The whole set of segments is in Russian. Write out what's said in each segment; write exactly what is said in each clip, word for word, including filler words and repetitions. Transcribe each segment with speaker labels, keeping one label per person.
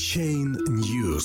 Speaker 1: Chain News.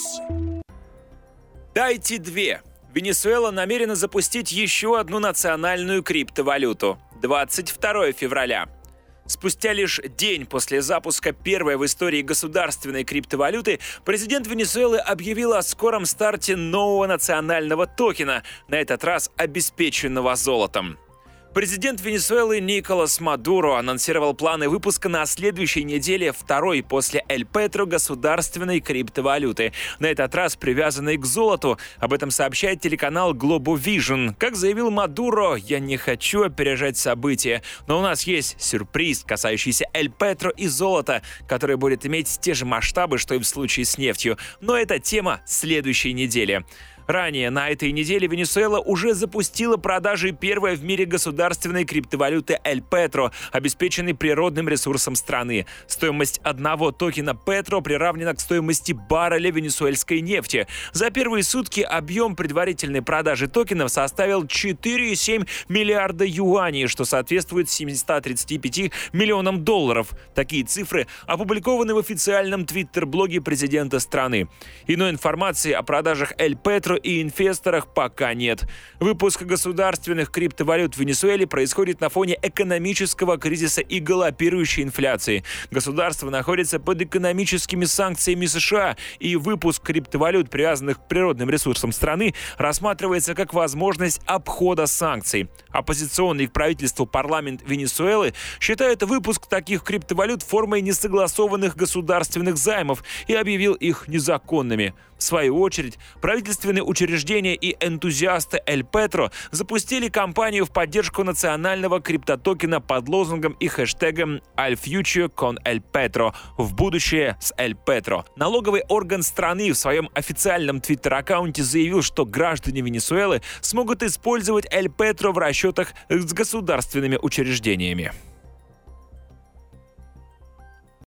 Speaker 2: Дайте две. Венесуэла намерена запустить еще одну национальную криптовалюту. двадцать второго февраля. Спустя лишь день после запуска первой в истории государственной криптовалюты, президент Венесуэлы объявил о скором старте нового национального токена, на этот раз обеспеченного золотом. Президент Венесуэлы Николас Мадуро анонсировал планы выпуска на следующей неделе второй после Эль Петро государственной криптовалюты, на этот раз привязанной к золоту. Об этом сообщает телеканал Global Vision. Как заявил Мадуро, я не хочу опережать события, но у нас есть сюрприз, касающийся Эль Петро и золота, который будет иметь те же масштабы, что и в случае с нефтью. Но это тема следующей недели. Ранее на этой неделе Венесуэла уже запустила продажи первой в мире государственной криптовалюты Эль Петро, обеспеченной природным ресурсом страны. Стоимость одного токена Петро приравнена к стоимости барреля венесуэльской нефти. За первые сутки объем предварительной продажи токенов составил четыре целых семь десятых миллиарда юаней, что соответствует семьсот тридцать пять миллионам долларов. Такие цифры опубликованы в официальном твиттер-блоге президента страны. Иной информации о продажах Эль Петро и инвесторах пока нет. Выпуск государственных криптовалют в Венесуэле происходит на фоне экономического кризиса и галопирующей инфляции. Государство находится под экономическими санкциями США, и выпуск криптовалют, привязанных к природным ресурсам страны, рассматривается как возможность обхода санкций. Оппозиционный к правительству парламент Венесуэлы считает выпуск таких криптовалют формой несогласованных государственных займов и объявил их незаконными. В свою очередь, правительственные учреждения и энтузиасты Эль Петро запустили кампанию в поддержку национального криптотокена под лозунгом и хэштегом «Al future con El Petro» — «В будущее с Эль Петро». Налоговый орган страны в своем официальном твиттер-аккаунте заявил, что граждане Венесуэлы смогут использовать Эль Петро в расчетах с государственными учреждениями.